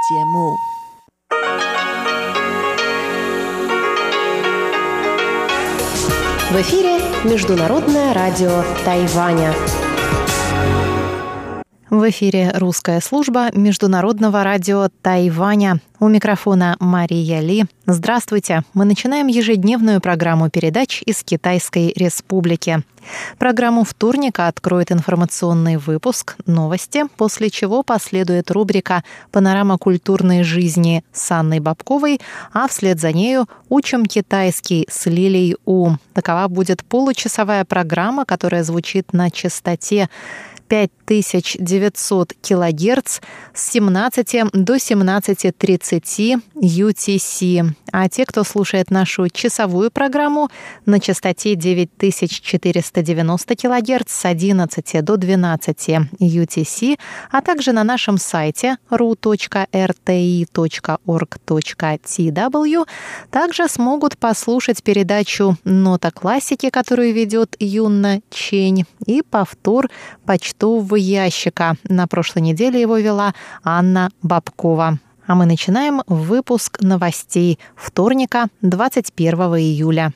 В эфире Международное радио Тайваня. В эфире русская служба Международного радио Тайваня. У микрофона Мария Ли. Здравствуйте! Мы начинаем ежедневную программу передач из Китайской Республики. Программу вторника откроет информационный выпуск «Новости», после чего последует рубрика «Панорама культурной жизни» с Анной Бабковой, а вслед за нею «Учим китайский» с Лилией У. Такова будет получасовая программа, которая звучит на частоте 5900 кГц с 17 до 17:30 UTC. А те, кто слушает нашу часовую программу на частоте 9490 кГц с 11 до 12 UTC, а также на нашем сайте ru.rti.org.tw, также смогут послушать передачу «Нота классики», которую ведет Юнна Чень, и повтор почтового ящика. На прошлой неделе его вела Анна Бабкова. А мы начинаем выпуск новостей вторника, 21 июля.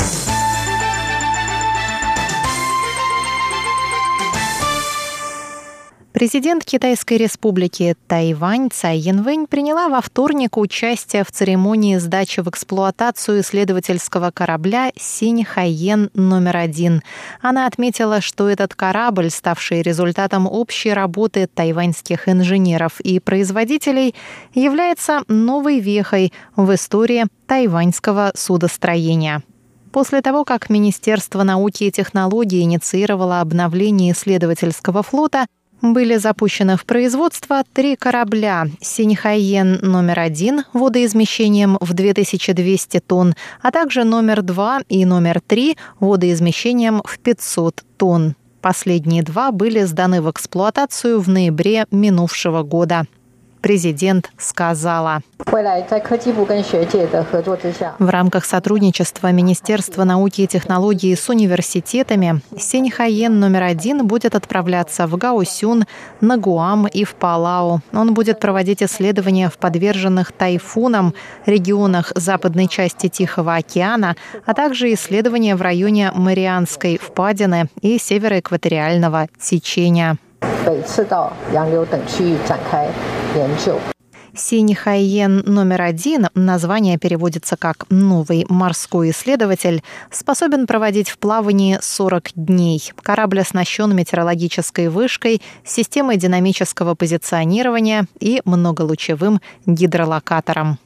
Президент Китайской Республики Тайвань Цай Янвэнь приняла во вторник участие в церемонии сдачи в эксплуатацию исследовательского корабля «Синь Хайен номер 1». Она отметила, что этот корабль, ставший результатом общей работы тайваньских инженеров и производителей, является новой вехой в истории тайваньского судостроения. После того, как Министерство науки и технологий инициировало обновление исследовательского флота, были запущены в производство 3 корабля «Синь Хайен номер 1» водоизмещением в 2200 тонн, а также номер 2 и номер 3 водоизмещением в 500 тонн. Последние 2 были сданы в эксплуатацию в ноябре минувшего года. Президент сказала: в рамках сотрудничества Министерства науки и технологий с университетами «Синь Хайен номер 1» будет отправляться в Гаосюн, на Гуам и в Палау. Он будет проводить исследования в подверженных тайфунам регионах западной части Тихого океана, а также исследования в районе Марианской впадины и североэкваториального течения. «Синь Хайен номер 1», название переводится как «новый морской исследователь», способен проводить в плавании 40 дней. Корабль оснащен метеорологической вышкой, системой динамического позиционирования и многолучевым гидролокатором.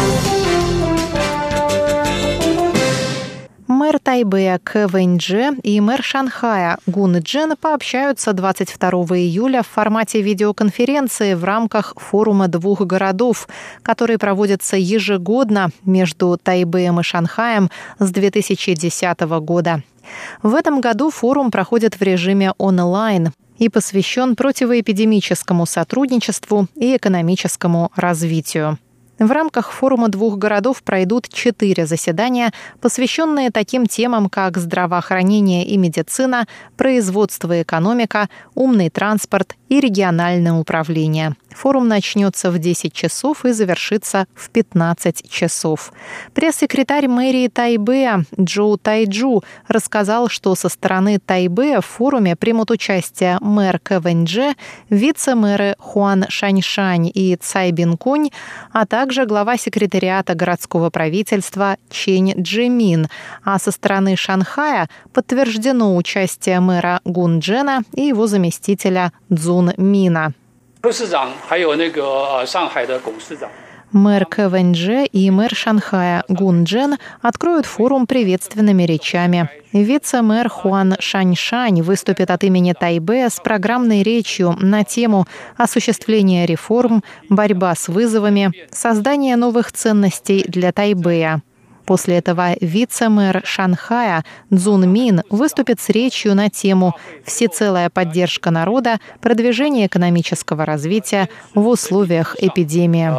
Мэр Тайбэя Кэ Вэньчжэ и мэр Шанхая Гун Чжэн пообщаются 22 июля в формате видеоконференции в рамках форума 2 городов, который проводится ежегодно между Тайбэем и Шанхаем с 2010 года. В этом году форум проходит в режиме онлайн и посвящен противоэпидемическому сотрудничеству и экономическому развитию. В рамках форума 2 городов пройдут 4 заседания, посвященные таким темам, как здравоохранение и медицина, производство и экономика, умный транспорт и региональное управление. Форум начнется в 10 часов и завершится в 15 часов. Пресс-секретарь мэрии Тайбэя Джоу Тайджу рассказал, что со стороны Тайбэя в форуме примут участие мэр Кэ Вэньчжэ, вице-мэры Хуан Шаньшань и Цай Бинкунь, а также глава секретариата городского правительства Чэнь Чжэмин. А со стороны Шанхая подтверждено участие мэра Гун Чжэна и его заместителя Цзун Мина. Мэр Кэ Вэньчжэ и мэр Шанхая Гун Чжэн откроют форум приветственными речами. Вице-мэр Хуан Шаньшань выступит от имени Тайбэя с программной речью на тему осуществления реформ, борьба с вызовами, создание новых ценностей для Тайбэя. После этого вице-мэр Шанхая Цзун Мин выступит с речью на тему «Всецелая поддержка народа, продвижение экономического развития в условиях эпидемии».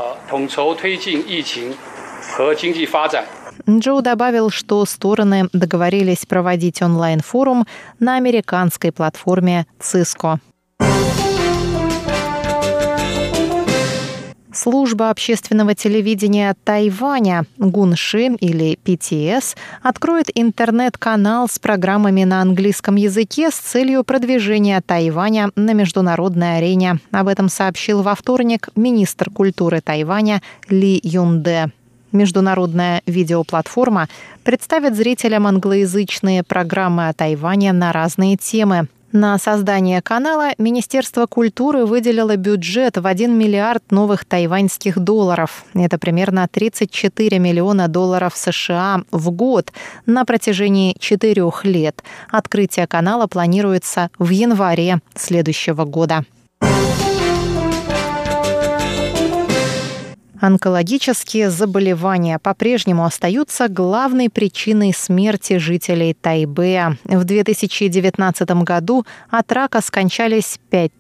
Джоу добавил, что стороны договорились проводить онлайн-форум на американской платформе Cisco. Служба общественного телевидения Тайваня Гунши или PTS откроет интернет-канал с программами на английском языке с целью продвижения Тайваня на международной арене. Об этом сообщил во вторник министр культуры Тайваня Ли Юнде. Международная видеоплатформа представит зрителям англоязычные программы о Тайване на разные темы. На создание канала Министерство культуры выделило бюджет в 1 миллиард новых тайваньских долларов. Это примерно 34 миллиона долларов США в год на протяжении 4 лет. Открытие канала планируется в январе следующего года. Онкологические заболевания по-прежнему остаются главной причиной смерти жителей Тайбэя. В 2019 году от рака скончались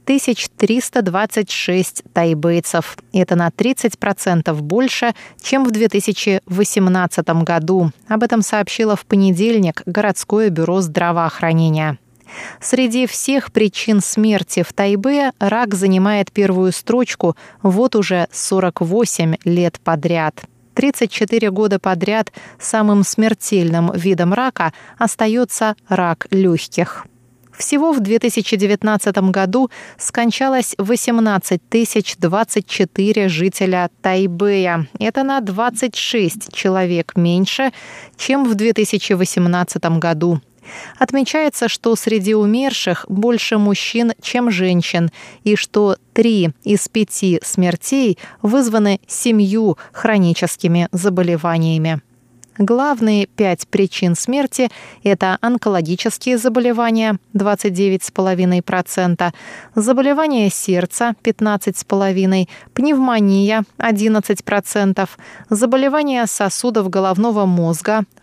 5326 тайбэйцев. Это на 30% больше, чем в 2018 году. Об этом сообщило в понедельник городское бюро здравоохранения. Среди всех причин смерти в Тайбэе рак занимает первую строчку вот уже 48 лет подряд. 34 года подряд самым смертельным видом рака остается рак легких. Всего в 2019 году скончалось 18 024 жителя Тайбэя. Это на 26 человек меньше, чем в 2018 году. Отмечается, что среди умерших больше мужчин, чем женщин, и что 3 из 5 смертей вызваны 7 хроническими заболеваниями. Главные 5 причин смерти – это онкологические заболевания – 29,5%, заболевания сердца – 15,5%, пневмония – 11%, заболевания сосудов головного мозга –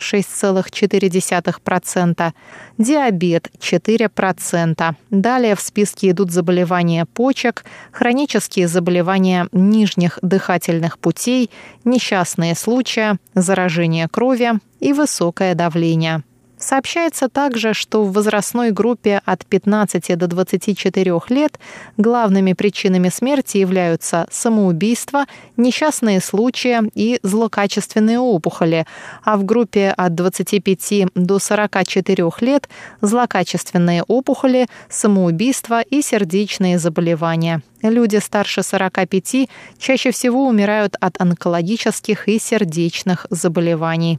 6,4%, диабет – 4%. Далее в списке идут заболевания почек, хронические заболевания нижних дыхательных путей, несчастные случаи, заражение крови и высокое давление. Сообщается также, что в возрастной группе от 15 до 24 лет главными причинами смерти являются самоубийство, несчастные случаи и злокачественные опухоли, а в группе от 25 до 44 лет злокачественные опухоли, самоубийство и сердечные заболевания. Люди старше 45 чаще всего умирают от онкологических и сердечных заболеваний.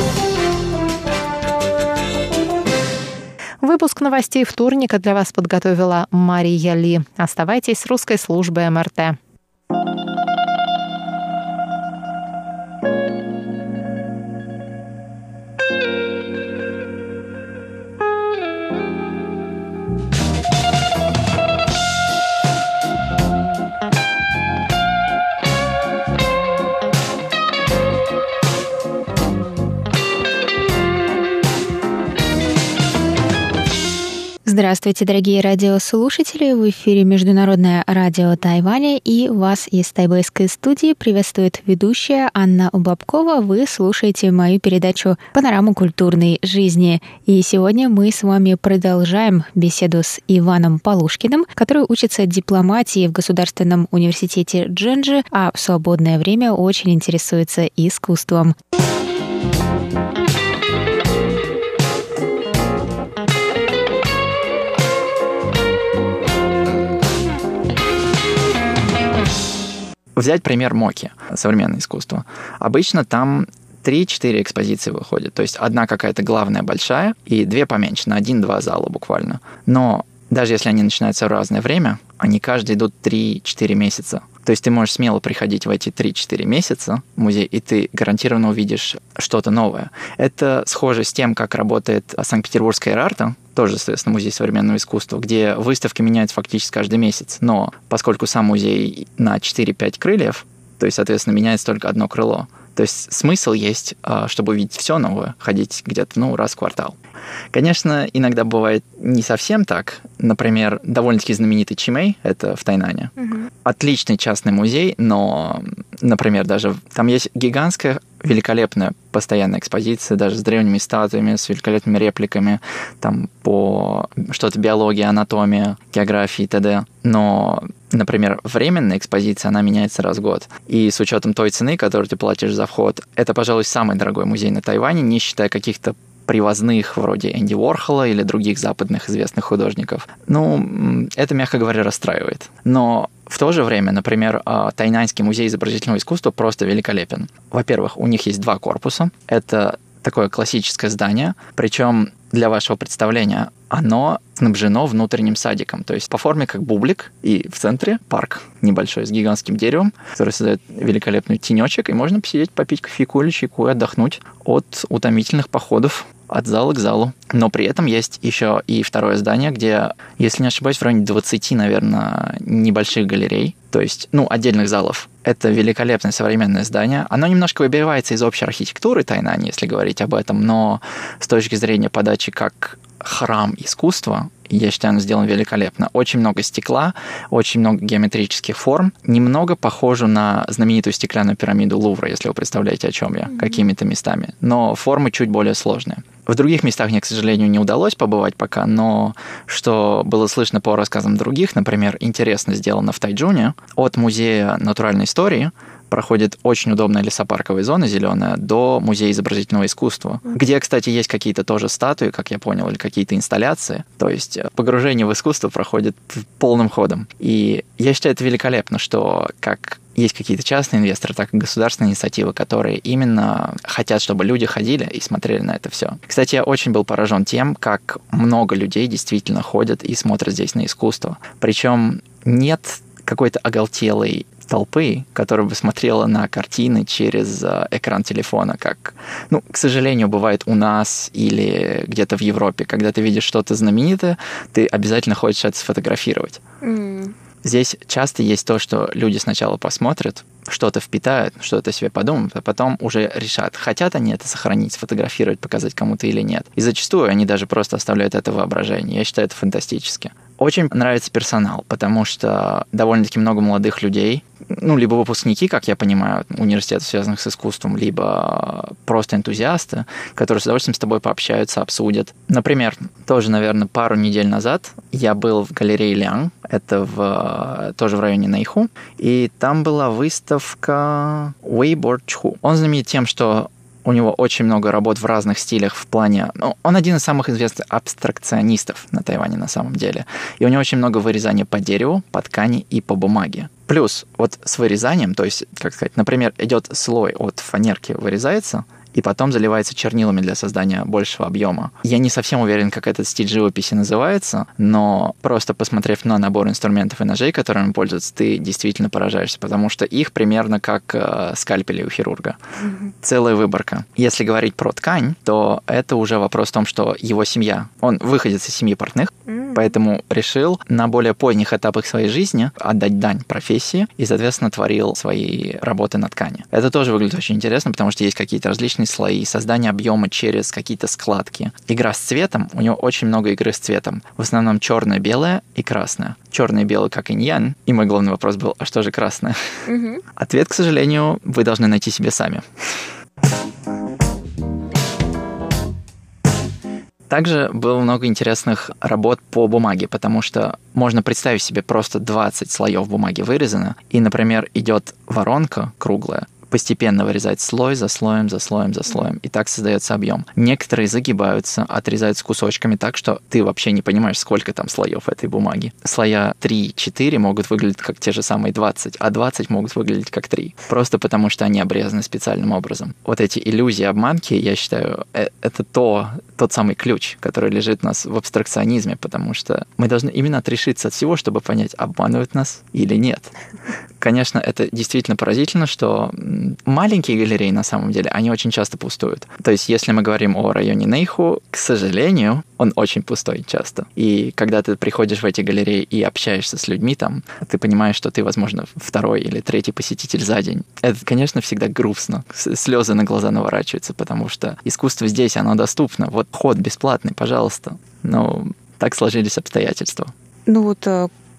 Выпуск новостей вторника для вас подготовила Мария Ли. Оставайтесь с русской службой МРТ. Здравствуйте, дорогие радиослушатели! В эфире Международное радио Тайваня, и вас из тайбэйской студии приветствует ведущая Анна Бабкова. Вы слушаете мою передачу «Панораму культурной жизни». И сегодня мы с вами продолжаем беседу с Иваном Полушкиным, который учится дипломатии в Государственном университете Джэнджи, а в свободное время очень интересуется искусством. Взять пример МОКи, современное искусство. Обычно там 3-4 экспозиции выходят. То есть одна какая-то главная большая и 2 поменьше, на 1-2 зала буквально. Но даже если они начинаются в разное время, они каждый идут 3-4 месяца. То есть ты можешь смело приходить в эти 3-4 месяца в музей, и ты гарантированно увидишь что-то новое. Это схоже с тем, как работает Санкт-Петербургская Эрарта, тоже, соответственно, музей современного искусства, где выставки меняются фактически каждый месяц. Но поскольку сам музей на 4-5 крыльев, то есть, соответственно, меняется только одно крыло. То есть смысл есть, чтобы увидеть все новое, ходить где-то, раз в квартал. Конечно, иногда бывает не совсем так. Например, довольно-таки знаменитый Чимэй, это в Тайнане. Отличный частный музей, но например, даже там есть гигантская, великолепная постоянная экспозиция, даже с древними статуями, с великолепными репликами, там по что-то биологии, анатомия, географии и т.д. Но, например, временная экспозиция, она меняется раз в год. И с учетом той цены, которую ты платишь за вход, это, пожалуй, самый дорогой музей на Тайване, не считая каких-то привозных, вроде Энди Уорхола или других западных известных художников. Ну, это, мягко говоря, расстраивает. Но в то же время, например, Тайнаньский музей изобразительного искусства просто великолепен. Во-первых, у них есть 2 корпуса. Это такое классическое здание, причем для вашего представления оно снабжено внутренним садиком, то есть по форме как бублик, и в центре парк небольшой с гигантским деревом, который создает великолепный тенечек, и можно посидеть, попить кофейку или чайку и отдохнуть от утомительных походов от зала к залу. Но при этом есть еще и второе здание, где, если не ошибаюсь, в районе 20, наверное, небольших галерей, то есть, отдельных залов. Это великолепное современное здание. Оно немножко выбивается из общей архитектуры Тайнань, если говорить об этом, но с точки зрения подачи как храм искусства, я считаю, он сделан великолепно. Очень много стекла, очень много геометрических форм. Немного похоже на знаменитую стеклянную пирамиду Лувра, если вы представляете, о чем я, какими-то местами. Но формы чуть более сложные. В других местах мне, к сожалению, не удалось побывать пока, но что было слышно по рассказам других, например, интересно сделано в Тайчжуне, от Музея натуральной истории проходит очень удобная лесопарковая зона зеленая до Музея изобразительного искусства, где, кстати, есть какие-то тоже статуи, как я понял, или какие-то инсталляции. То есть погружение в искусство проходит полным ходом. И я считаю, это великолепно, что как есть какие-то частные инвесторы, так и государственные инициативы, которые именно хотят, чтобы люди ходили и смотрели на это все. Кстати, я очень был поражен тем, как много людей действительно ходят и смотрят здесь на искусство. Причем нет какой-то оголтелой толпы, которая бы смотрела на картины через экран телефона, как, к сожалению, бывает у нас или где-то в Европе. Когда ты видишь что-то знаменитое, ты обязательно хочешь это сфотографировать. Здесь часто есть то, что люди сначала посмотрят, что-то впитают, что-то себе подумают, а потом уже решат, хотят они это сохранить, сфотографировать, показать кому-то или нет. И зачастую они даже просто оставляют это воображение. Я считаю, это фантастически. Очень нравится персонал, потому что довольно-таки много молодых людей, либо выпускники, как я понимаю, университетов, связанных с искусством, либо просто энтузиасты, которые с удовольствием с тобой пообщаются, обсудят. Например, тоже, наверное, пару недель назад я был в галерее Лян, это тоже в районе Нэйху, и там была выставка Weibo Чху. Он знаменит тем, что у него очень много работ в разных стилях в плане... он один из самых известных абстракционистов на Тайване на самом деле. И у него очень много вырезания по дереву, по ткани и по бумаге. Плюс вот с вырезанием, то есть, как сказать, например, идет слой от фанерки, вырезается, и потом заливается чернилами для создания большего объема. Я не совсем уверен, как этот стиль живописи называется, но просто посмотрев на набор инструментов и ножей, которыми пользуются, ты действительно поражаешься, потому что их примерно как скальпели у хирурга. Целая выборка. Если говорить про ткань, то это уже вопрос в том, что его семья, он выходец из семьи портных, поэтому решил на более поздних этапах своей жизни отдать дань профессии и, соответственно, творил свои работы на ткани. Это тоже выглядит очень интересно, потому что есть какие-то различные слои, создание объема через какие-то складки. Игра с цветом, у него очень много игры с цветом. В основном черное, белое и красное. Черное и белое как инь-ян. И мой главный вопрос был, а что же красное? Ответ, к сожалению, вы должны найти себе сами. Также было много интересных работ по бумаге, потому что можно представить себе просто 20 слоев бумаги вырезано, и, например, идет воронка круглая, постепенно вырезать слой за слоем, за слоем, за слоем. И так создается объем. Некоторые загибаются, отрезаются кусочками так, что ты вообще не понимаешь, сколько там слоев этой бумаги. Слоя 3-4 могут выглядеть как те же самые 20, а 20 могут выглядеть как 3. Просто потому, что они обрезаны специальным образом. Вот эти иллюзии, обманки, я считаю, это тот самый ключ, который лежит у нас в абстракционизме, потому что мы должны именно отрешиться от всего, чтобы понять, обманывают нас или нет. Конечно, это действительно поразительно, что маленькие галереи, на самом деле, они очень часто пустуют. То есть, если мы говорим о районе Нэйху, к сожалению, он очень пустой часто. И когда ты приходишь в эти галереи и общаешься с людьми там, ты понимаешь, что ты, возможно, второй или третий посетитель за день. Это, конечно, всегда грустно. Слезы на глаза наворачиваются, потому что искусство здесь, оно доступно. Вот вход бесплатный, пожалуйста. Но так сложились обстоятельства. Ну вот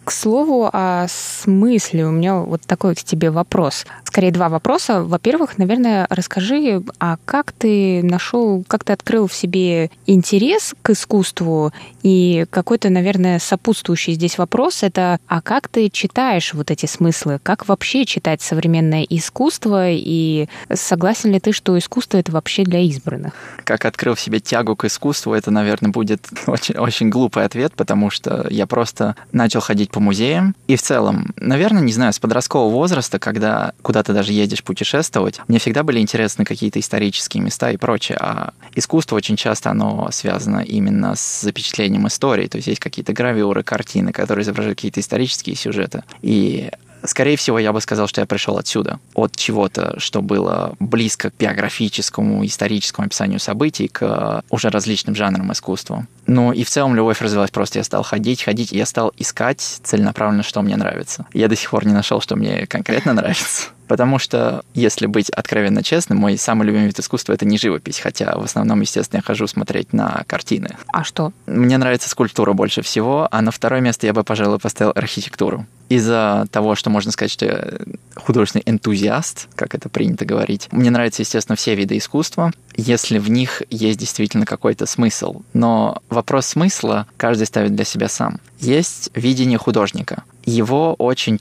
К слову о смысле, у меня вот такой к тебе вопрос. Скорее, два вопроса. Во-первых, наверное, расскажи, а как ты нашел, как ты открыл в себе интерес к искусству? И какой-то, наверное, сопутствующий здесь вопрос — это, а как ты читаешь вот эти смыслы? Как вообще читать современное искусство? И согласен ли ты, что искусство — это вообще для избранных? Как открыл в себе тягу к искусству, это, наверное, будет очень глупый ответ, потому что я просто начал ходить по музеям. И в целом, наверное, не знаю, с подросткового возраста, когда куда-то даже едешь путешествовать, мне всегда были интересны какие-то исторические места и прочее. А искусство очень часто оно связано именно с запечатлением истории. То есть есть какие-то гравюры, картины, которые изображают какие-то исторические сюжеты. И скорее всего, я бы сказал, что я пришел отсюда, от чего-то, что было близко к биографическому, историческому описанию событий, к уже различным жанрам искусства. Ну и в целом любовь развилась просто. Я стал ходить, и я стал искать целенаправленно, что мне нравится. Я до сих пор не нашел, что мне конкретно нравится. Потому что, если быть откровенно честным, мой самый любимый вид искусства — это не живопись, хотя в основном, естественно, я хожу смотреть на картины. А что? Мне нравится скульптура больше всего, а на второе место я бы, пожалуй, поставил архитектуру. Из-за того, что можно сказать, что я художественный энтузиаст, как это принято говорить, мне нравятся, естественно, все виды искусства, если в них есть действительно какой-то смысл. Но вопрос смысла каждый ставит для себя сам. Есть видение художника. Его очень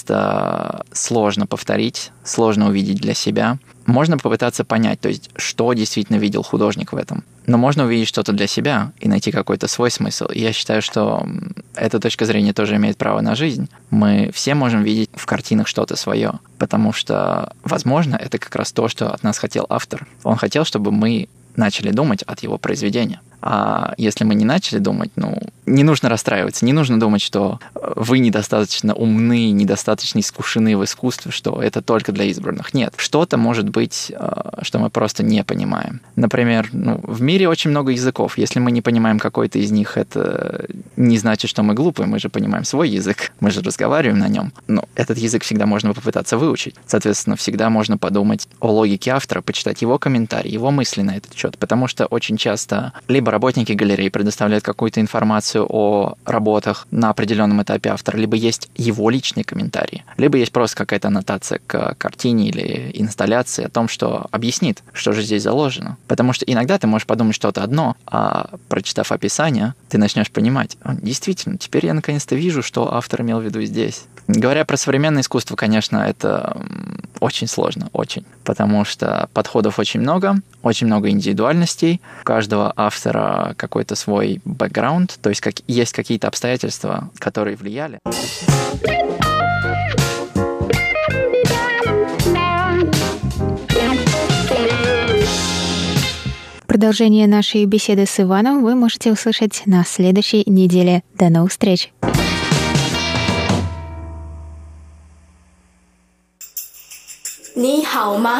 часто сложно повторить, сложно увидеть для себя. Можно попытаться понять, то есть, что действительно видел художник в этом. Но можно увидеть что-то для себя и найти какой-то свой смысл. И я считаю, что эта точка зрения тоже имеет право на жизнь. Мы все можем видеть в картинах что-то свое, потому что, возможно, это как раз то, что от нас хотел автор. Он хотел, чтобы мы начали думать от его произведения. А если мы не начали думать, не нужно расстраиваться, не нужно думать, что вы недостаточно умны, недостаточно искушены в искусстве, что это только для избранных. Нет, что-то может быть, что мы просто не понимаем. Например, в мире очень много языков. Если мы не понимаем какой-то из них, это не значит, что мы глупые, мы же понимаем свой язык, мы же разговариваем на нем. Но этот язык всегда можно попытаться выучить. Соответственно, всегда можно подумать о логике автора, почитать его комментарии, его мысли на этот счет, потому что очень часто либо работники галереи предоставляют какую-то информацию о работах на определенном этапе автора, либо есть его личные комментарии, либо есть просто какая-то аннотация к картине или инсталляции о том, что объяснит, что же здесь заложено. Потому что иногда ты можешь подумать что-то одно, а прочитав описание, ты начнешь понимать, действительно, теперь я наконец-то вижу, что автор имел в виду здесь. Говоря про современное искусство, конечно, это очень сложно, очень. Потому что подходов очень много индивидуальностей. У каждого автора какой-то свой бэкграунд, то есть есть какие-то обстоятельства, которые влияли. Продолжение нашей беседы с Иваном вы можете услышать на следующей неделе. До новых встреч! Ни хао ма?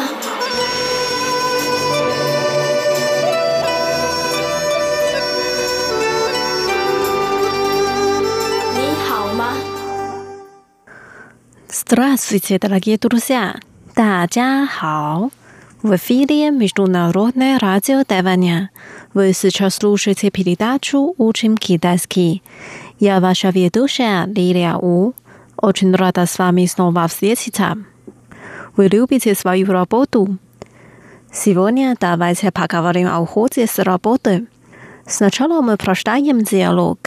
Здравствуйте, дорогие друзья! 大家好! В эфире Международное радио Тайваня. Вы сейчас слушаете передачу «Учим китайский». Я ваша ведущая Лилия У. Очень рада с вами снова встретиться. Вы любите свою работу? Сегодня давайте поговорим о уходе с работы. Сначала мы прочитаем диалог.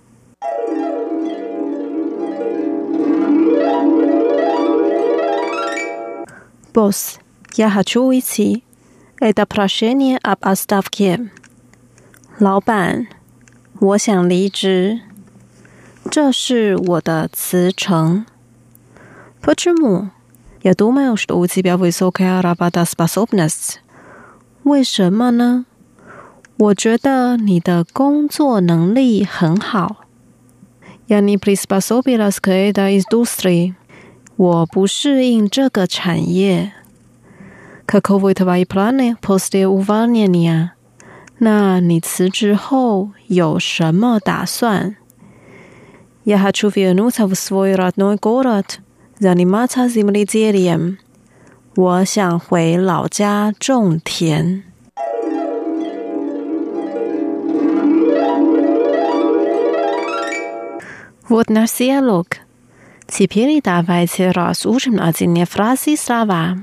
Босс, я хочу уйти. Это прошение об отставке. 老板，我想离职。这是我的辞呈。Почему? Я думаю, что у тебя высокая работоспособность. 为什么呢？我觉得你的工作能力很好。Я не приспособилась к этой индустрии. 我不适应这个产业。Каковы твои планы после увольнения? 那你辞职后有什么打算？ Я хочу вернуться в свой родной город, заниматься земледелием. 我想回老家种田。Вот наш диалог. Теперь давайте разучим отдельные фразы и слова.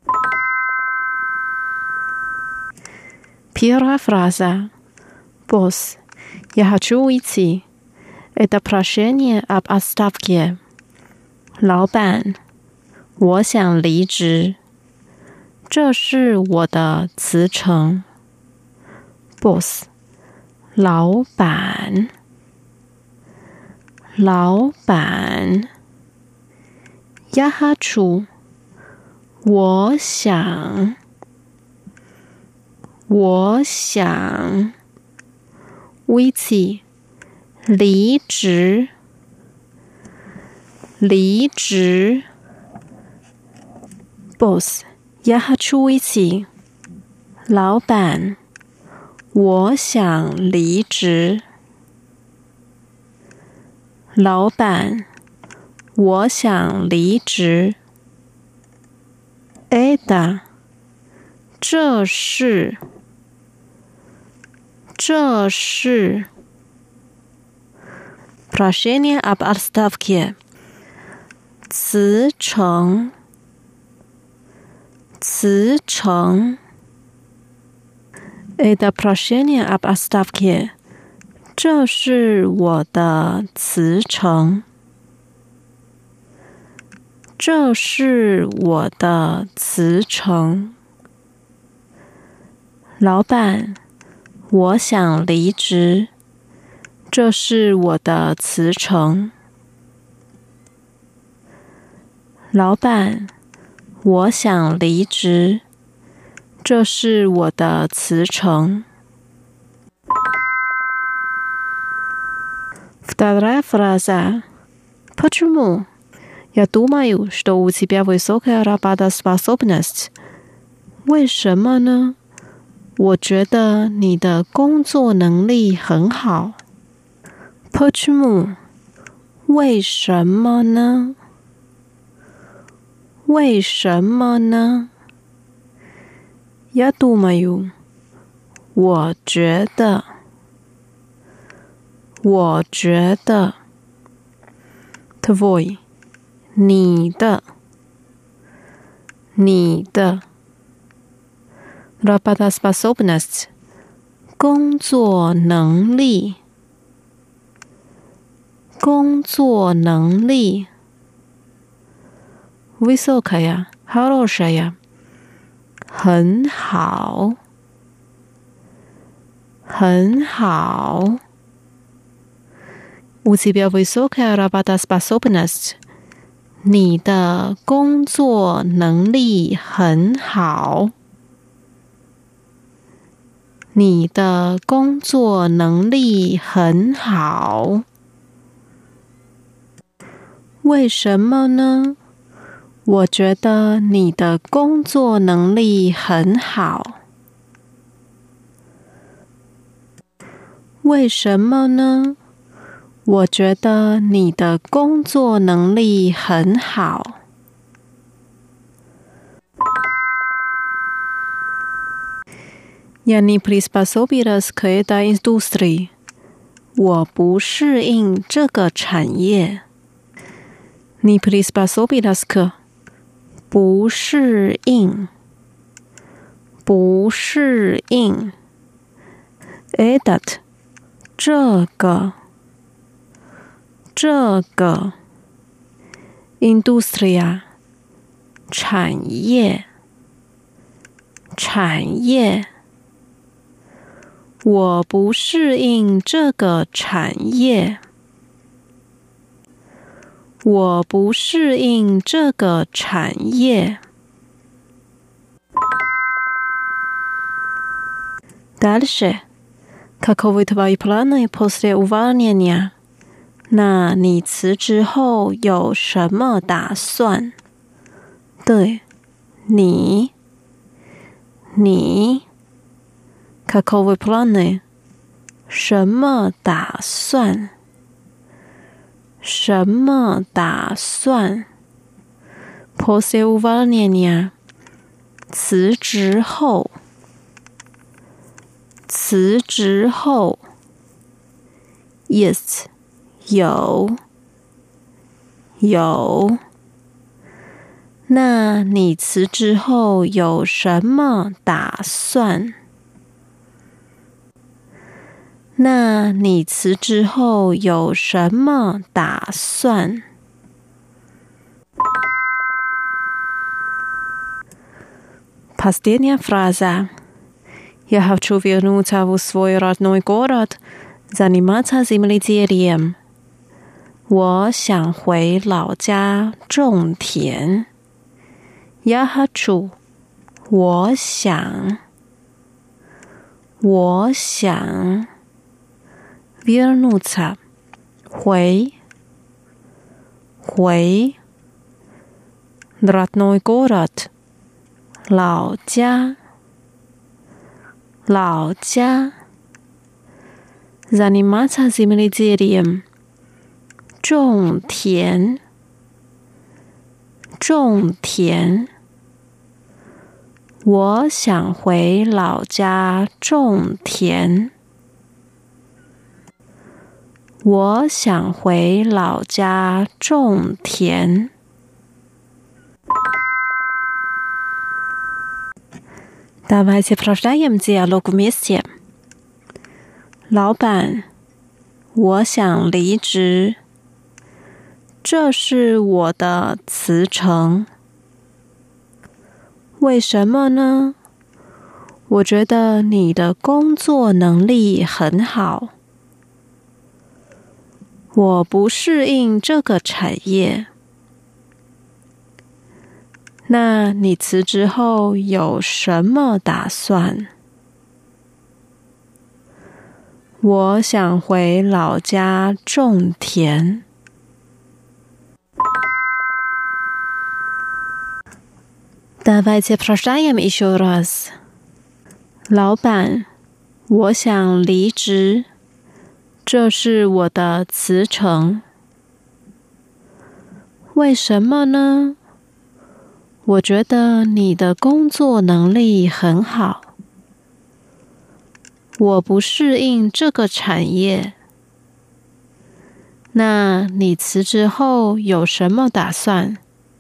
Первая фраза. Босс, я хочу уйти. Это прошение об отставке. 老板，我想离职。这是我的辞呈。Boss， 老板，老板。Я хочу， 我想，我想。Уйти， 离职，离职。Boss， я хочу уйти。老板，我想离职。老板，我想离职。Это， 这是，这是。Прошение об отставке， 辞呈，辞呈。Это прошение об отставке， 这是我的辞呈。这是我的辞呈。老板，我想离职。这是我的辞呈。老板，我想离职。这是我的辞呈。Вторая фраза. Почему? Я думаю, что у тебя высокая работоспособность. 为什么呢？我觉得你的工作能力很好。Почему? 为什么呢？为什么呢？ Я думаю, 我觉得，我觉得。Твой, 你的，你的。Работоспособность, 工作能力，工作能力。Высокая, хорошая, 很好，很好。У тебя высокая работоспособность. 你的工作能力很好。你的工作能力很好。为什么呢？我觉得你的工作能力很好。为什么呢？我觉得你的工作能力很好。Я не приспособилась к этой индустрии. 我不适应这个产业。Не приспособилась к 不适应，不适应。Этот 这个，这个。Индустрия 产业，产业。我不适应这个产业。我不适应这个产业。Дальше. Каковы твои планы после увольнения? 那你辞职后有什么打算？对，你。Каковы планы? 什么打算？什么打算 ？После увольнения 辞职后，辞职后 ，Есть 有有。那你辞职后有什么打算？那你辞职后有什么打算？Последняя фраза. Я хочу вернуться в свой родной город, заниматься земледелием. 我想回老家种田。Я хочу. 我想。我想。Вернуться. 回。回。Родной город. 老家。老家。Заниматься земледелием. 种田。种田。我想回老家种田。我想回老家种田。Давайте прочитаем диалог вместе. 老板，我想离职。这是我的辞呈。为什么呢？我觉得你的工作能力很好。我不适应这个产业。那你辞职后有什么打算？我想回老家种田。Давайте прочитаем еще раз. 老板，我想离职。这是我的辞呈。为什么呢？我觉得你的工作能力很好。我不适应这个产业。那你辞职后有什么打算？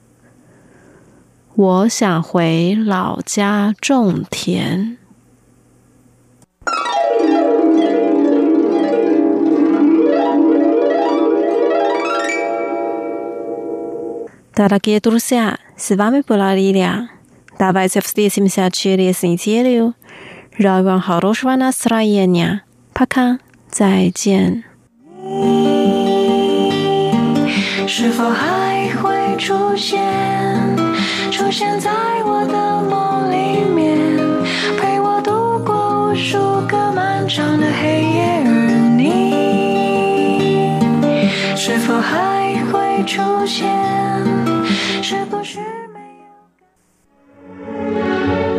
我想回老家种田。Дорогие друзья, с вами была Лилия. Давайте встретимся через неделю. Желаю вам хорошего настроения. Пока. 再见。是否还会出现在我的梦里面，陪我度过无数个漫长的黑夜，而你是否还会出现？是不是没有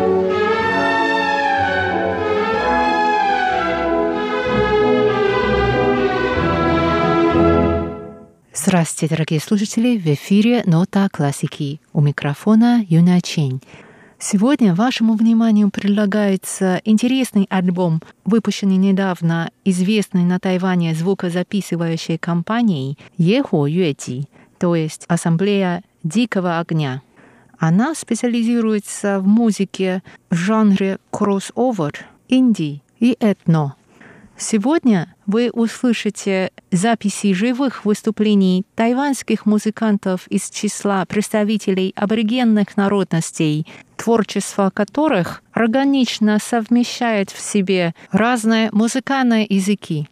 Здравствуйте, дорогие слушатели! В эфире «Нота классики». У микрофона Юна Чень. Сегодня вашему вниманию предлагается интересный альбом, выпущенный недавно известной на Тайване звукозаписывающей компанией Ехо Юэти, то есть Ассамблея Дикого Огня. Она специализируется в музыке в жанре кроссовер, инди и этно. Сегодня вы услышите записи живых выступлений тайваньских музыкантов из числа представителей аборигенных народностей, творчество которых органично совмещает в себе разные музыкальные языки.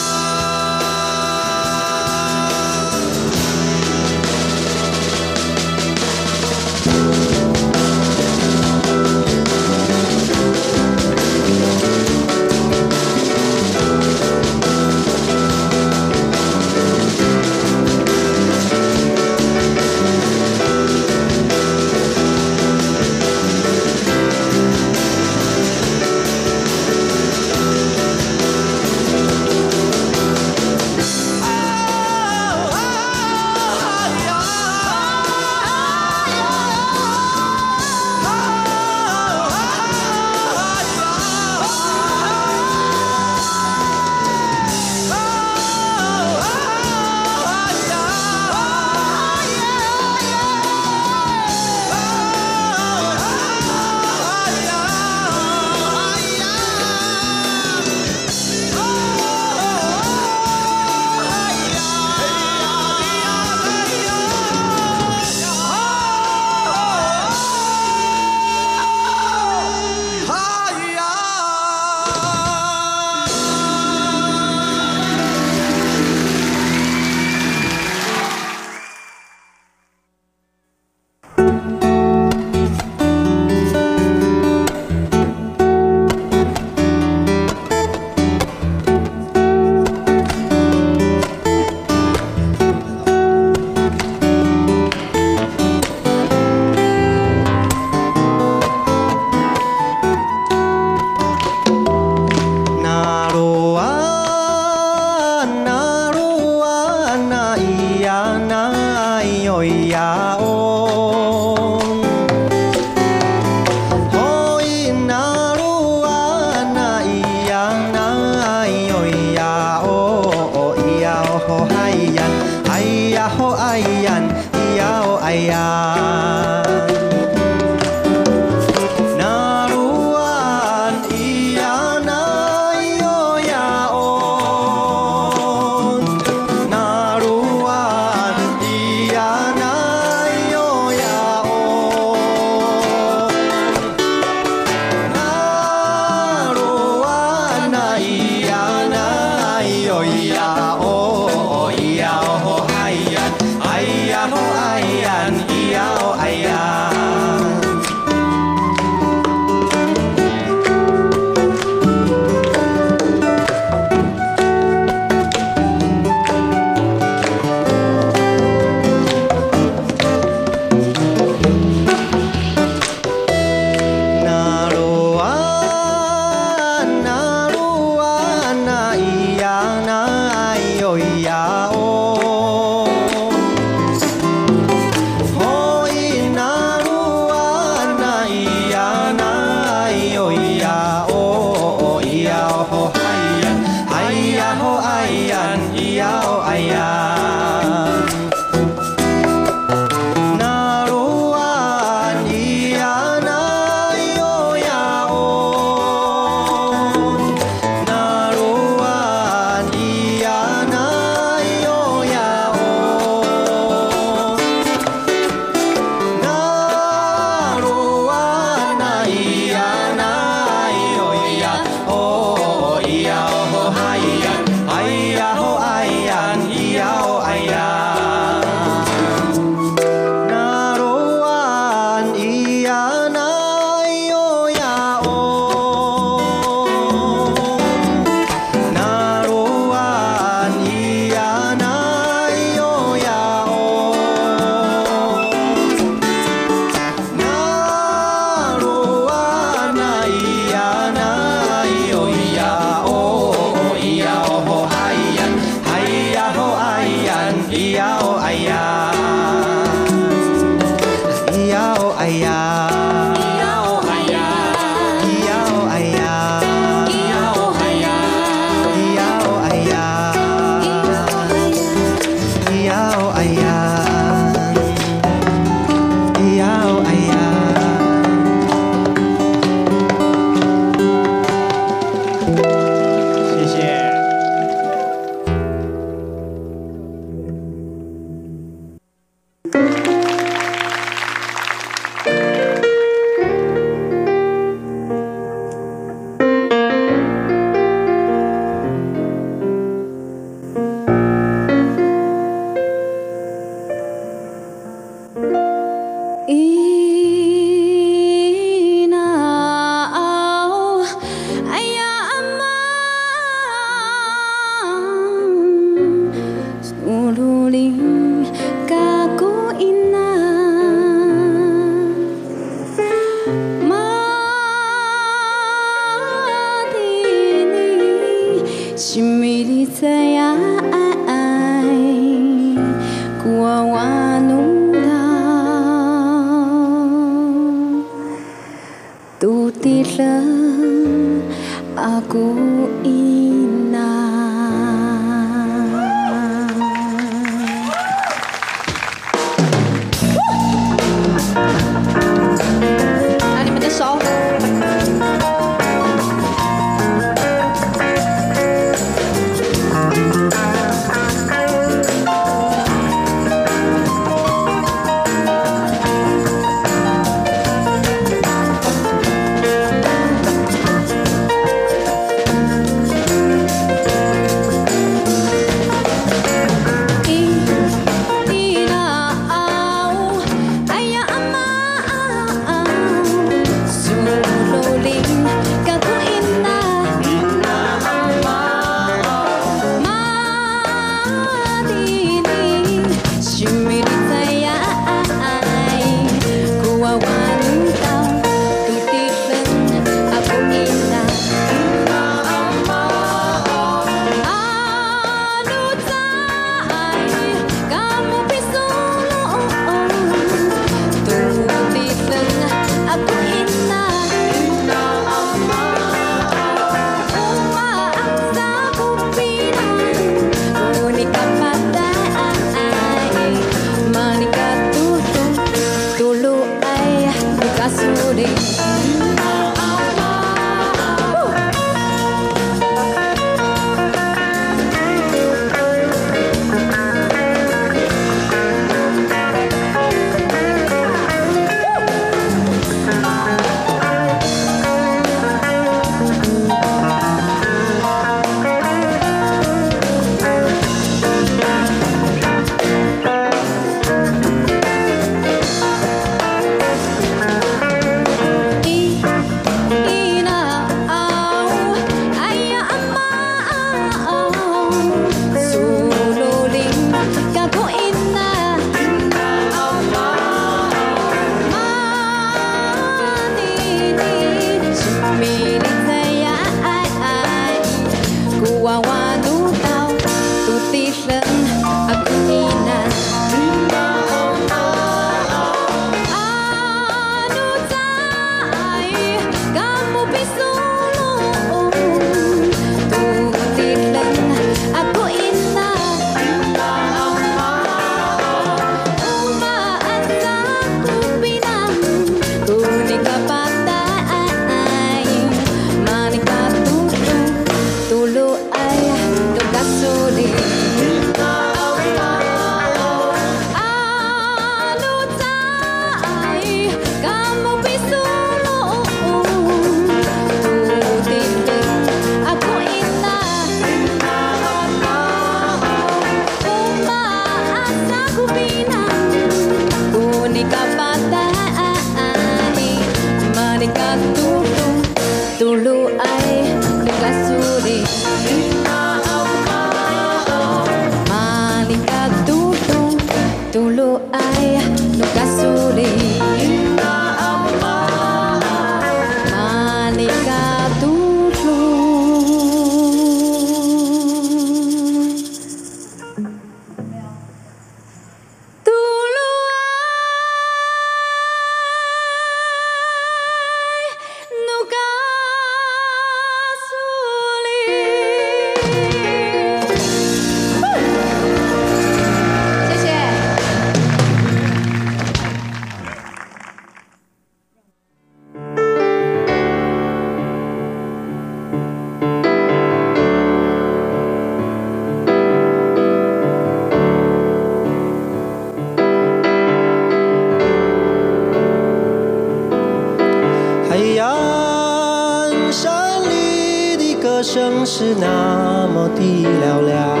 个城市那么的嘹亮。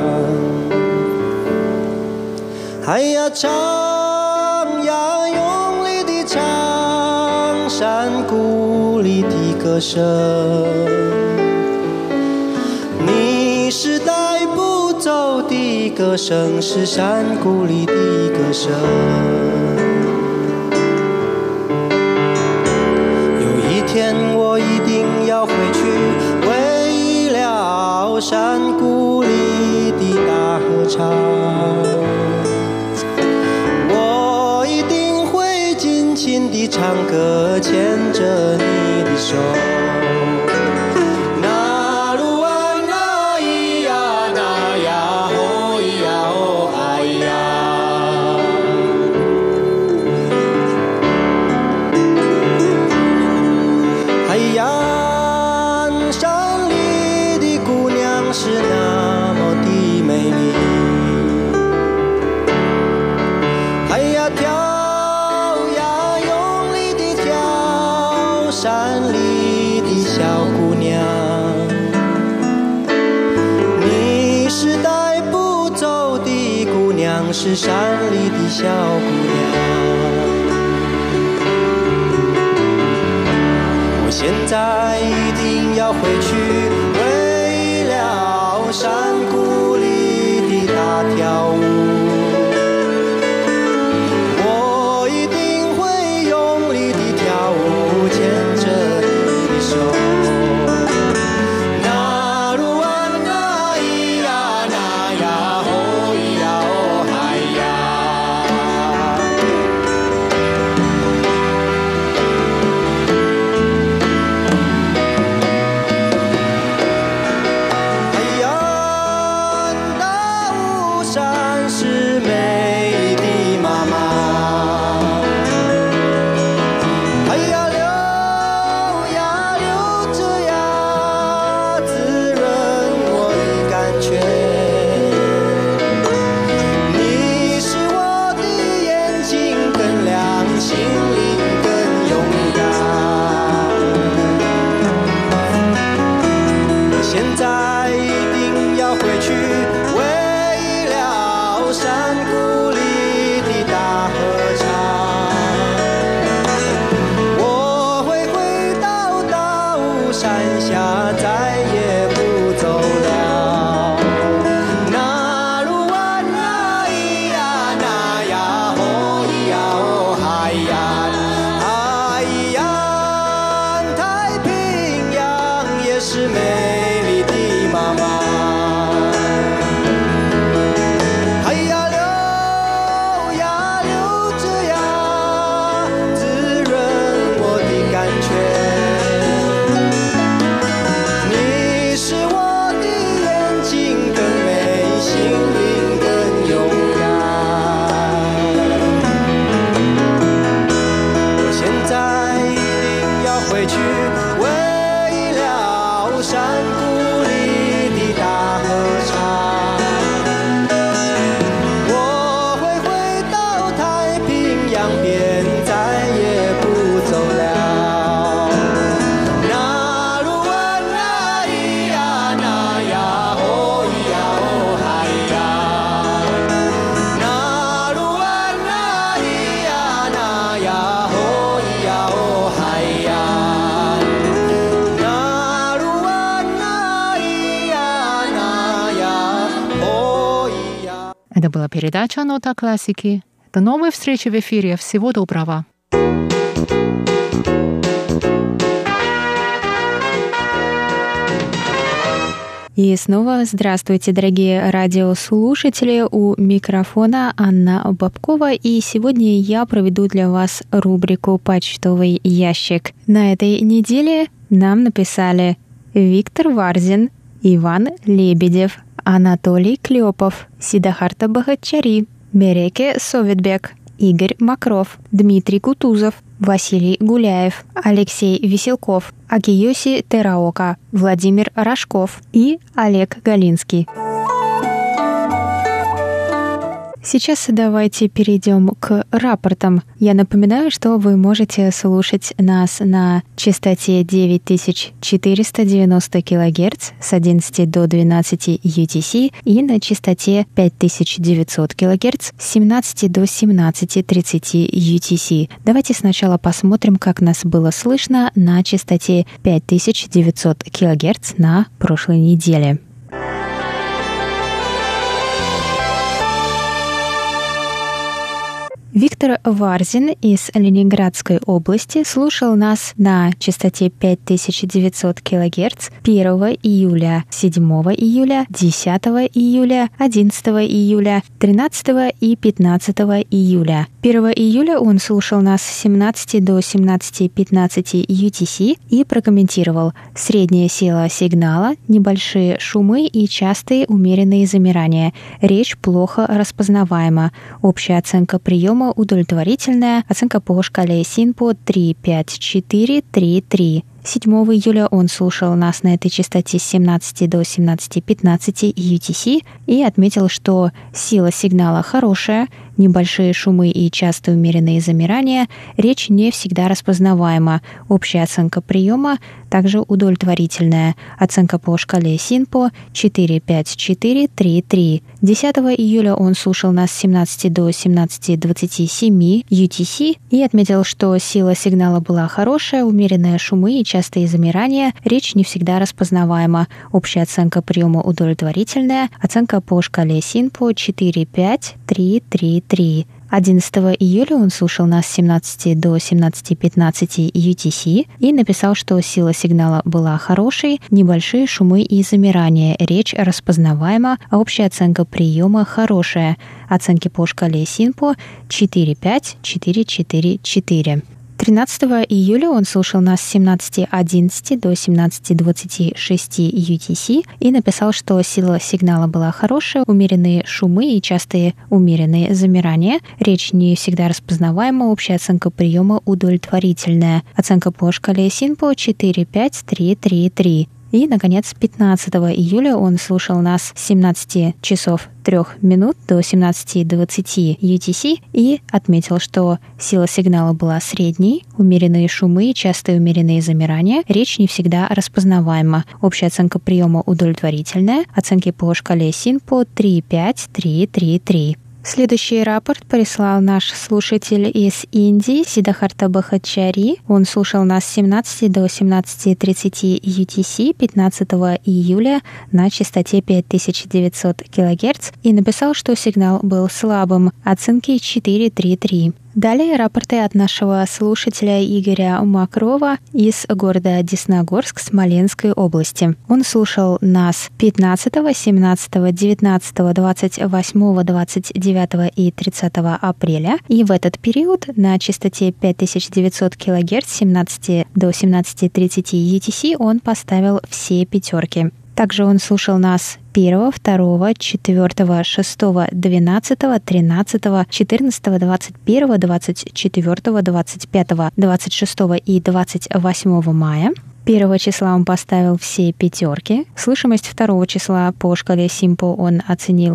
哎呀，唱呀，用力地唱，山谷里的歌声。你是带不走的歌声，是山谷里的歌声。有一天我一定要回去，为了山谷里的大合唱。我一定会尽情地唱歌，牵着你的手。是山里的小姑娘，我现在一定要回去，为了山谷里的她跳舞。我一定会用力地跳舞，牵着你的手。 Это была передача «Нота классики». До новой встречи в эфире. Всего доброго. И снова здравствуйте, дорогие радиослушатели. У микрофона Анна Бабкова. И сегодня я проведу для вас рубрику «Почтовый ящик». На этой неделе нам написали Виктор Варзин, Иван Лебедев, Анатолий Клепов, Сидахарта Бахатчари, Мереке Советбек, Игорь Макров, Дмитрий Кутузов, Василий Гуляев, Алексей Веселков, Акиоси Тераока, Владимир Рожков и Олег Галинский. Сейчас давайте перейдем к рапортам. Я напоминаю, что вы можете слушать нас на частоте 9490 кГц с 11 до 12 UTC и на частоте 5900 кГц с 17 до 17:30 UTC. Давайте сначала посмотрим, как нас было слышно на частоте 5900 кГц на прошлой неделе. Виктор Варзин из Ленинградской области слушал нас на частоте 5900 кГц 1 июля, 7 июля, 10 июля, 11 июля, 13 и 15 июля. 1 июля он слушал нас с 17 до 17:15 UTC и прокомментировал: средняя сила сигнала, небольшие шумы и частые умеренные замирания. Речь плохо распознаваема. Общая оценка приема удовлетворительная. Оценка по шкале Синпо 3-5-4-3-3. 7 июля он слушал нас на этой частоте с 17 до 17:15 UTC и отметил, что сила сигнала хорошая, небольшие шумы и часто умеренные замирания, речь не всегда распознаваема. Общая оценка приема также удовлетворительная. Оценка по шкале Синпо 4-5-4-3-3. 10 июля он слушал нас с 17 до 17:27 UTC и отметил, что сила сигнала была хорошая, умеренные шумы и частые замирания, речь не всегда распознаваема. Общая оценка приема удовлетворительная. Оценка по шкале Синпо 4-5-3-3-3. 11 июля он слушал нас с 17 до 17:15 UTC и написал, что сила сигнала была хорошей, небольшие шумы и замирания, речь распознаваема, а общая оценка приема хорошая. Оценки по шкале Синпо 4-5-4-4-4. 13 июля он слушал нас с 17:11 до 17:26 UTC и написал, что сила сигнала была хорошая, умеренные шумы и частые умеренные замирания, речь не всегда распознаваема, общая оценка приема удовлетворительная. Оценка по шкале Синпо 4-5-3-3-3. И, наконец, 15 июля он слушал нас с 17 часов 3 минут до 17:20 UTC и отметил, что сила сигнала была средней, умеренные шумы, частые умеренные замирания, речь не всегда распознаваема. Общая оценка приема удовлетворительная, оценки по шкале Синпо 3-5-3-3-3. Следующий рапорт прислал наш слушатель из Индии Сидахарта Бахачари. Он слушал нас с 17 до 17:30 UTC 15 июля на частоте 5900 кГц и написал, что сигнал был слабым, оценки 4-3-3. Далее рапорты от нашего слушателя Игоря Макрова из города Десногорск Смоленской области. Он слушал нас 15, 17, 19, 28, 29 и 30 апреля. И в этот период на частоте 5900 кГц с 17 до 17:30 UTC он поставил все пятерки. Также он слушал нас 1, 2, 4, 6, 12, 13, 14, 21, 24, 25, 26 и 28 мая. 1 числа он поставил все пятерки. Слышимость 2 числа по шкале Синпо он оценил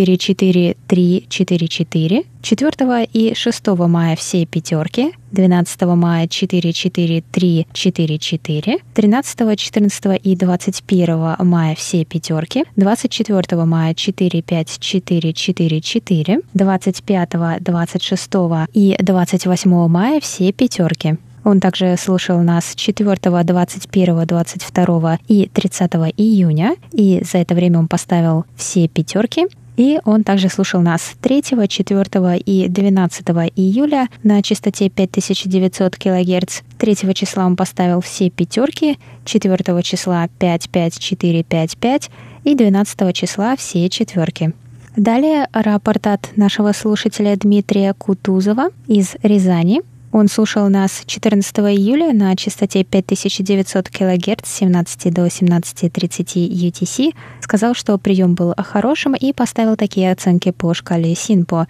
4-4-3-4-4. 4 и 6 мая все пятерки. 12 мая 4-4-3-4-4. 13, 14 и 21 мая все пятерки. 24 мая 4-5-4-4-4. 25, 26 и 28 мая все пятерки. Он также слушал нас 4, 21, 22 и 30 июня, и за это время он поставил все пятерки. И он также слушал нас 3, 4 и 12 июля на частоте 5900 кГц. 3 числа он поставил все пятерки, 4 числа 5, 5, 4, 5, 5 и 12 числа все четверки. Далее рапорт от нашего слушателя Дмитрия Кутузова из Рязани. Он слушал нас 14 июля на частоте 5900 кГц с 17 до 17:30 UTC, сказал, что прием был хорошим и поставил такие оценки по шкале Синпо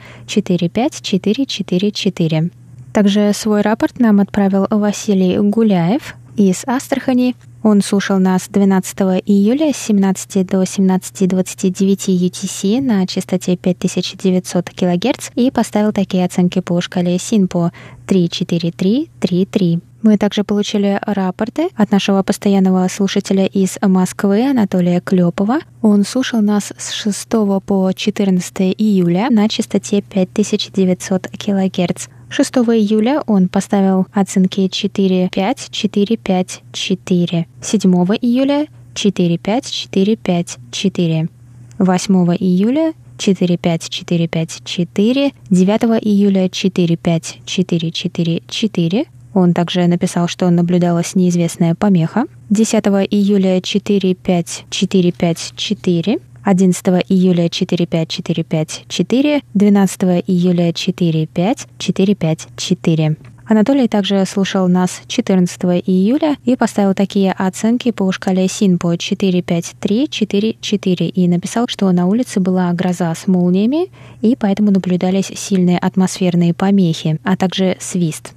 4-5-4-4-4. Также свой рапорт нам отправил Василий Гуляев из Астрахани. Он слушал нас 12 июля с 17 до 17:29 UTC на частоте 5900 кГц и поставил такие оценки по шкале СИНПО 3-4-3-3-3. Мы также получили рапорты от нашего постоянного слушателя из Москвы Анатолия Клёпова. Он слушал нас с 6 по 14 июля на частоте 5900 кГц. 6 июля он поставил оценки 4-5, 4-5, 4. 7 июля 4-5, 4-5, 4. 8 июля 4-5, 4-5, 4. 9 июля 4-5, 4-4, 4. Он также написал, что наблюдалась неизвестная помеха. 10 июля 4-5, 4-5, 4. 11 июля 4-5, 4-5, 4. 12 июля 4-5, 4-5, 4. Анатолий также слушал нас 14 июля и поставил такие оценки по шкале СИНПО 4-5-3, 4-4 и написал, что на улице была гроза с молниями и поэтому наблюдались сильные атмосферные помехи, а также свист.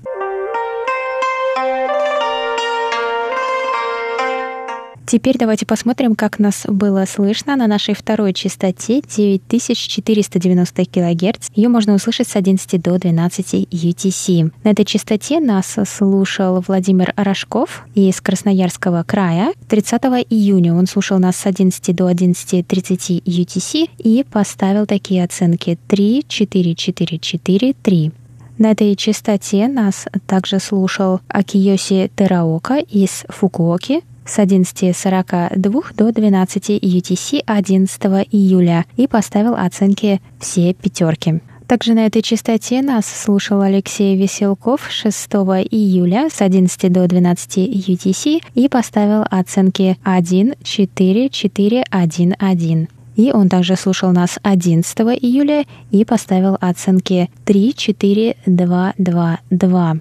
Теперь давайте посмотрим, как нас было слышно на нашей второй частоте 9490 кГц. Ее можно услышать с 11 до 12 UTC. На этой частоте нас слушал Владимир Рожков из Красноярского края. 30 июня он слушал нас с 11 до 11:30 UTC и поставил такие оценки 3, 4, 4, 4, 3. На этой частоте нас также слушал Акиёси Тераока из Фукуоки с 11:42 до 12 UTC 11 июля и поставил оценки все пятерки. Также на этой частоте нас слушал Алексей Веселков 6 июля с 11 до 12 UTC и поставил оценки 1, 4, 4, 1, 1. И он также слушал нас 11 июля и поставил оценки 3, 4, 2, 2, 2.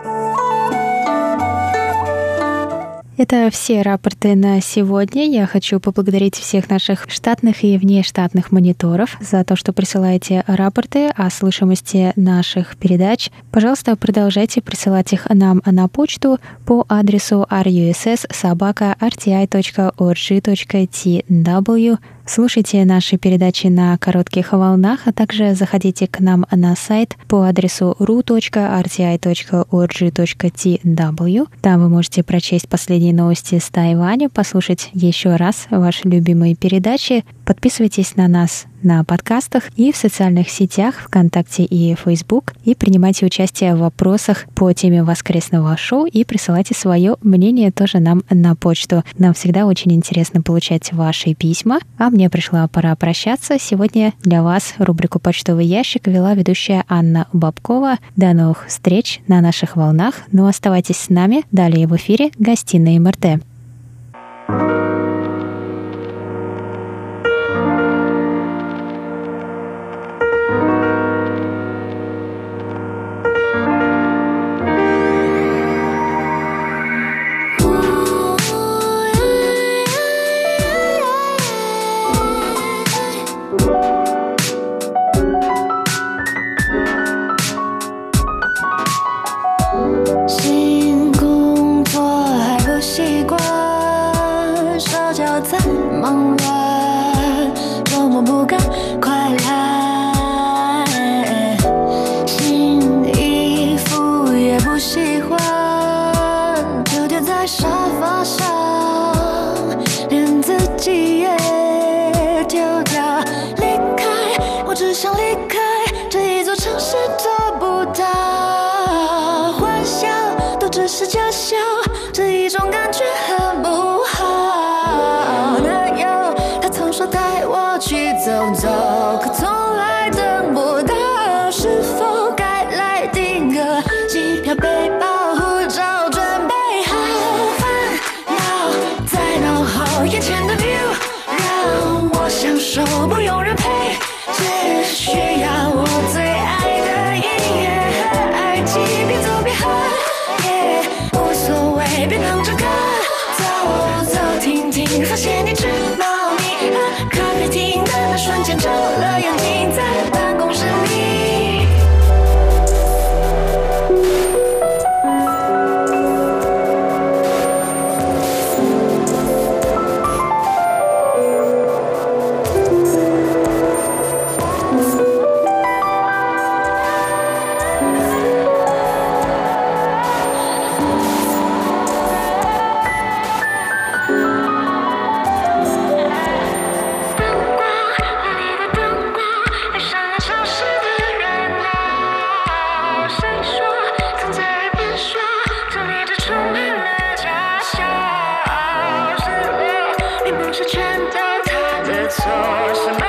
Это все рапорты на сегодня. Я хочу поблагодарить всех наших штатных и внештатных мониторов за то, что присылаете рапорты о слышимости наших передач. Пожалуйста, продолжайте присылать их нам на почту по адресу russ@rti.org.tw. Слушайте наши передачи на коротких волнах, а также заходите к нам на сайт по адресу ru.rti.org.tw. Там вы можете прочесть последние новости с Тайваня, послушать еще раз ваши любимые передачи. Подписывайтесь на нас на подкастах и в социальных сетях ВКонтакте и Facebook и принимайте участие в вопросах по теме воскресного шоу и присылайте свое мнение тоже нам на почту. Нам всегда очень интересно получать ваши письма, а мне пришла пора прощаться. Сегодня для вас рубрику «Почтовый ящик» вела ведущая Анна Бабкова. До новых встреч на наших волнах, но оставайтесь с нами. Далее в эфире «Гостиная МРТ». 不用人陪，只需要我最爱的音乐和爱情，边走边喝，无所谓，别等着看，走走停停，发现你只猫咪和咖啡厅的那瞬间。 说什么？